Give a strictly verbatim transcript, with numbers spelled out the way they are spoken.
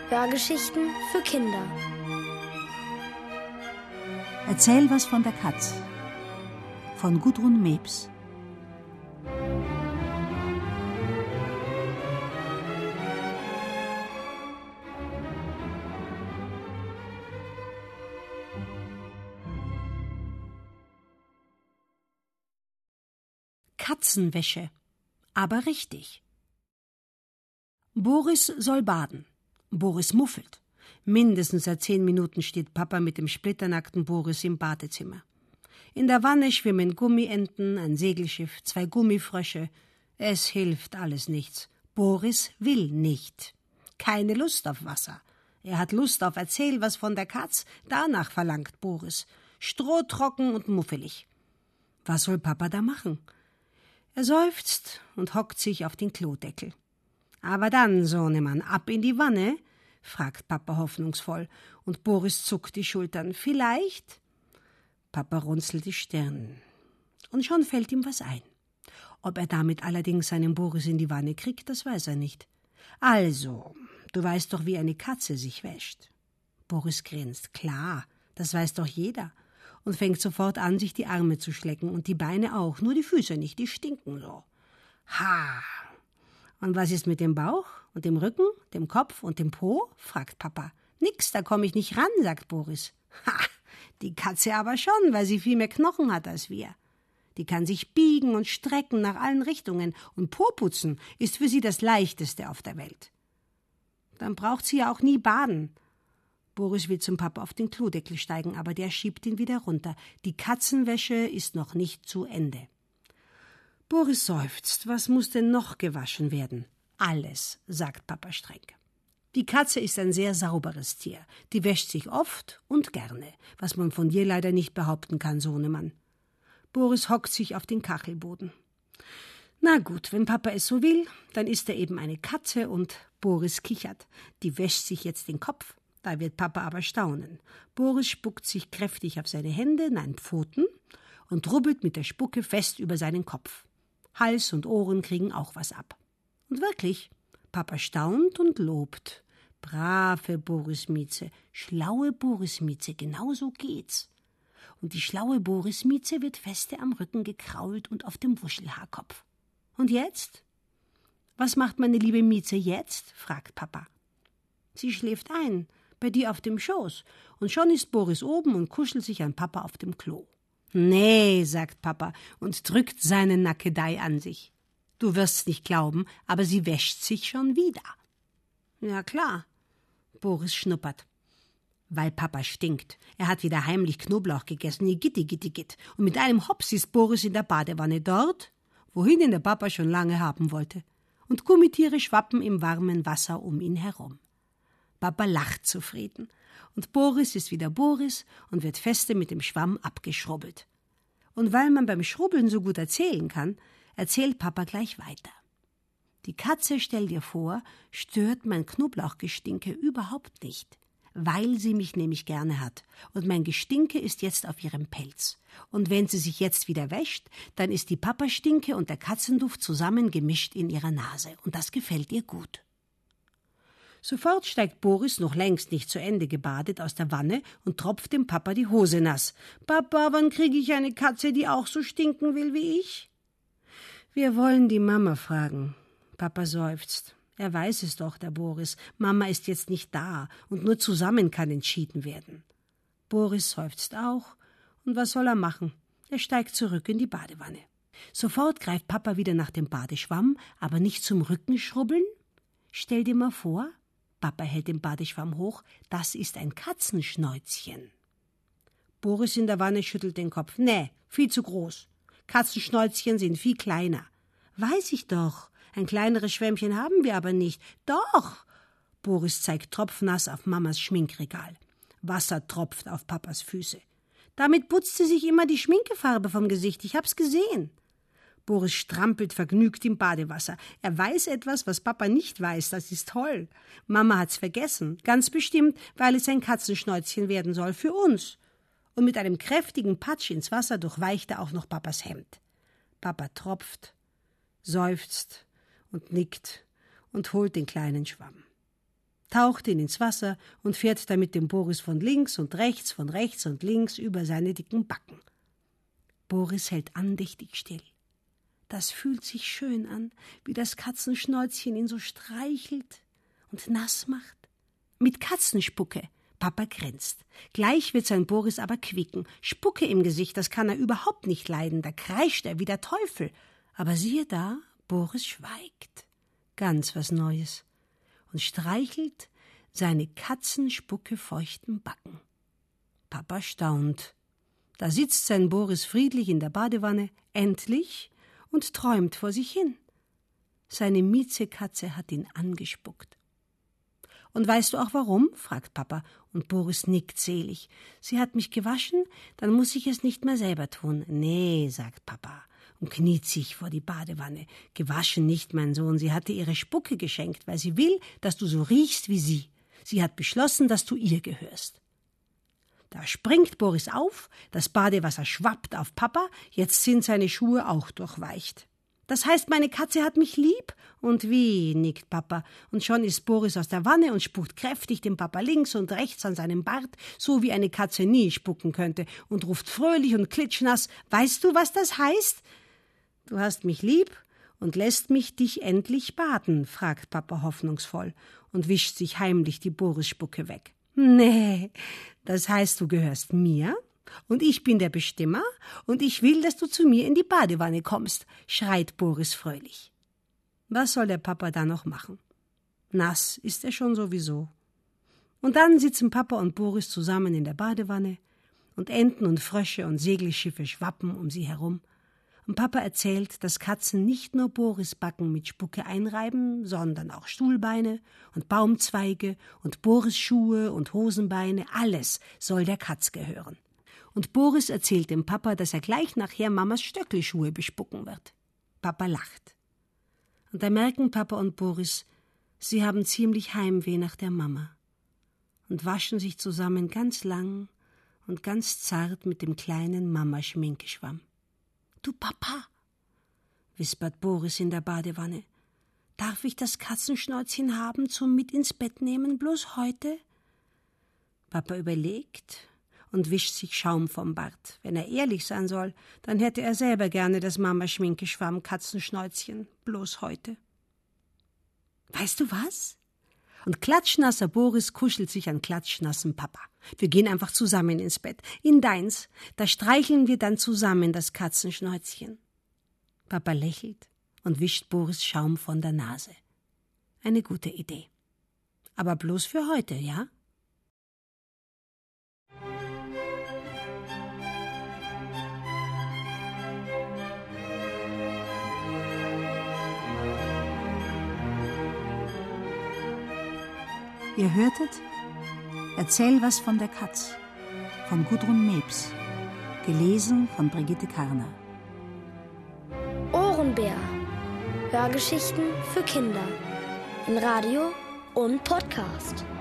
Hörgeschichten für Kinder. Erzähl was von der Katz von Gudrun Mebs. Katzenwäsche, aber richtig. Boris soll baden. Boris muffelt. Mindestens seit zehn Minuten steht Papa mit dem splitternackten Boris im Badezimmer. In der Wanne schwimmen Gummienten, ein Segelschiff, zwei Gummifrösche. Es hilft alles nichts. Boris will nicht. Keine Lust auf Wasser. Er hat Lust auf Erzähl was von der Katz. Danach verlangt Boris. Strohtrocken und muffelig. Was soll Papa da machen? Er seufzt und hockt sich auf den Klodeckel. »Aber dann, Sohnemann, ab in die Wanne?« fragt Papa hoffnungsvoll, und Boris zuckt die Schultern. »Vielleicht?« Papa runzelt die Stirn. Und schon fällt ihm was ein. Ob er damit allerdings seinen Boris in die Wanne kriegt, das weiß er nicht. »Also, du weißt doch, wie eine Katze sich wäscht.« Boris grinst. »Klar, das weiß doch jeder.« und fängt sofort an, sich die Arme zu schlecken und die Beine auch, nur die Füße nicht, die stinken so. »Ha! Und was ist mit dem Bauch und dem Rücken, dem Kopf und dem Po?« fragt Papa. »Nix, da komme ich nicht ran«, sagt Boris. »Ha, die Katze aber schon, weil sie viel mehr Knochen hat als wir. Die kann sich biegen und strecken nach allen Richtungen und Po putzen ist für sie das Leichteste auf der Welt. Dann braucht sie ja auch nie baden.« Boris will zum Papa auf den Klodeckel steigen, aber der schiebt ihn wieder runter. Die Katzenwäsche ist noch nicht zu Ende. Boris seufzt. Was muss denn noch gewaschen werden? Alles, sagt Papa streng. Die Katze ist ein sehr sauberes Tier. Die wäscht sich oft und gerne, was man von dir leider nicht behaupten kann, Sohnemann. Boris hockt sich auf den Kachelboden. Na gut, wenn Papa es so will, dann ist er eben eine Katze und Boris kichert. Die wäscht sich jetzt den Kopf. Da wird Papa aber staunen. Boris spuckt sich kräftig auf seine Hände, nein, Pfoten, und rubbelt mit der Spucke fest über seinen Kopf. Hals und Ohren kriegen auch was ab. Und wirklich, Papa staunt und lobt. Brave Boris Mieze, schlaue Boris Mieze, genau so geht's. Und die schlaue Boris Mieze wird feste am Rücken gekrault und auf dem Wuschelhaarkopf. Und jetzt? Was macht meine liebe Mieze jetzt? fragt Papa. Sie schläft ein, bei dir auf dem Schoß, und schon ist Boris oben und kuschelt sich an Papa auf dem Klo. »Nee«, sagt Papa und drückt seine Nackedei an sich. Du wirst's nicht glauben, aber sie wäscht sich schon wieder. »Ja klar«, Boris schnuppert. Weil Papa stinkt. Er hat wieder heimlich Knoblauch gegessen, gitti, gitti, gitt. Und mit einem Hops ist Boris in der Badewanne dort, wohin ihn der Papa schon lange haben wollte. Und Gummitiere schwappen im warmen Wasser um ihn herum. Papa lacht zufrieden. Und Boris ist wieder Boris und wird feste mit dem Schwamm abgeschrubbelt. Und weil man beim Schrubbeln so gut erzählen kann, erzählt Papa gleich weiter. Die Katze, stell dir vor, stört mein Knoblauchgestinke überhaupt nicht, weil sie mich nämlich gerne hat. Und mein Gestinke ist jetzt auf ihrem Pelz. Und wenn sie sich jetzt wieder wäscht, dann ist die Papastinke und der Katzenduft zusammen gemischt in ihrer Nase. Und das gefällt ihr gut. Sofort steigt Boris, noch längst nicht zu Ende gebadet, aus der Wanne und tropft dem Papa die Hose nass. »Papa, wann kriege ich eine Katze, die auch so stinken will wie ich?« »Wir wollen die Mama fragen.« Papa seufzt. Er weiß es doch, der Boris. Mama ist jetzt nicht da und nur zusammen kann entschieden werden. Boris seufzt auch. Und was soll er machen? Er steigt zurück in die Badewanne. Sofort greift Papa wieder nach dem Badeschwamm, aber nicht zum Rückenschrubbeln. Stell dir mal vor, Papa hält den Badeschwamm hoch, das ist ein Katzenschnäuzchen. Boris in der Wanne schüttelt den Kopf. Nee, viel zu groß. Katzenschnäuzchen sind viel kleiner. Weiß ich doch. Ein kleineres Schwämmchen haben wir aber nicht. Doch! Boris zeigt tropfnass auf Mamas Schminkregal. Wasser tropft auf Papas Füße. Damit putzt sie sich immer die Schminkefarbe vom Gesicht. Ich hab's gesehen. Boris strampelt vergnügt im Badewasser. Er weiß etwas, was Papa nicht weiß. Das ist toll. Mama hat's vergessen. Ganz bestimmt, weil es ein Katzenschnäuzchen werden soll. Für uns. Und mit einem kräftigen Patsch ins Wasser durchweicht er auch noch Papas Hemd. Papa tropft, seufzt und nickt und holt den kleinen Schwamm. taucht ihn ins Wasser und fährt damit dem Boris von links und rechts, von rechts und links über seine dicken Backen. Boris hält andächtig still. Das fühlt sich schön an, wie das Katzenschnäuzchen ihn so streichelt und nass macht. Mit Katzenspucke. Papa grinst. Gleich wird sein Boris aber quieken. Spucke im Gesicht, das kann er überhaupt nicht leiden. Da kreischt er wie der Teufel. Aber siehe da, Boris schweigt. Ganz was Neues. Und streichelt seine Katzenspucke feuchten Backen. Papa staunt. Da sitzt sein Boris friedlich in der Badewanne, endlich, und träumt vor sich hin. Seine Miezekatze hat ihn angespuckt. Und weißt du auch warum? Fragt Papa, und Boris nickt selig. Sie hat mich gewaschen, dann muss ich es nicht mehr selber tun. Nee, sagt Papa und kniet sich vor die Badewanne. Gewaschen nicht, mein Sohn, sie hat dir ihre Spucke geschenkt, weil sie will, dass du so riechst wie sie. Sie hat beschlossen, dass du ihr gehörst. Da springt Boris auf, das Badewasser schwappt auf Papa, jetzt sind seine Schuhe auch durchweicht. Das heißt, meine Katze hat mich lieb? Und wie, nickt Papa. Und schon ist Boris aus der Wanne und spuckt kräftig dem Papa links und rechts an seinem Bart, so wie eine Katze nie spucken könnte, und ruft fröhlich und klitschnass, weißt du, was das heißt? Du hast mich lieb und lässt mich dich endlich baden, fragt Papa hoffnungsvoll und wischt sich heimlich die Boris-Spucke weg. Nee, das heißt, du gehörst mir? Und ich bin der Bestimmer und ich will, dass du zu mir in die Badewanne kommst, schreit Boris fröhlich. Was soll der Papa da noch machen? Nass ist er schon sowieso. Und dann sitzen Papa und Boris zusammen in der Badewanne und Enten und Frösche und Segelschiffe schwappen um sie herum. Und Papa erzählt, dass Katzen nicht nur Boris Backen mit Spucke einreiben, sondern auch Stuhlbeine und Baumzweige und Boris Schuhe und Hosenbeine, alles soll der Katz gehören. Und Boris erzählt dem Papa, dass er gleich nachher Mamas Stöckelschuhe bespucken wird. Papa lacht. Und da merken Papa und Boris, sie haben ziemlich Heimweh nach der Mama und waschen sich zusammen ganz lang und ganz zart mit dem kleinen Mama-Schminkeschwamm. »Du Papa«, wispert Boris in der Badewanne, »darf ich das Katzenschnäuzchen haben zum mit ins Bett nehmen, bloß heute?« Papa überlegt und wischt sich Schaum vom Bart. Wenn er ehrlich sein soll, dann hätte er selber gerne das Mama-Schminkeschwamm Katzenschnäuzchen, bloß heute. Weißt du was? Und klatschnasser Boris kuschelt sich an klatschnassen Papa. Wir gehen einfach zusammen ins Bett, in deins. Da streicheln wir dann zusammen das Katzenschnäuzchen. Papa lächelt und wischt Boris Schaum von der Nase. Eine gute Idee. Aber bloß für heute, ja? Ihr hörtet Erzähl was von der Katz von Gudrun Mebs, gelesen von Brigitte Karner. Ohrenbär. Hörgeschichten für Kinder in Radio und Podcast.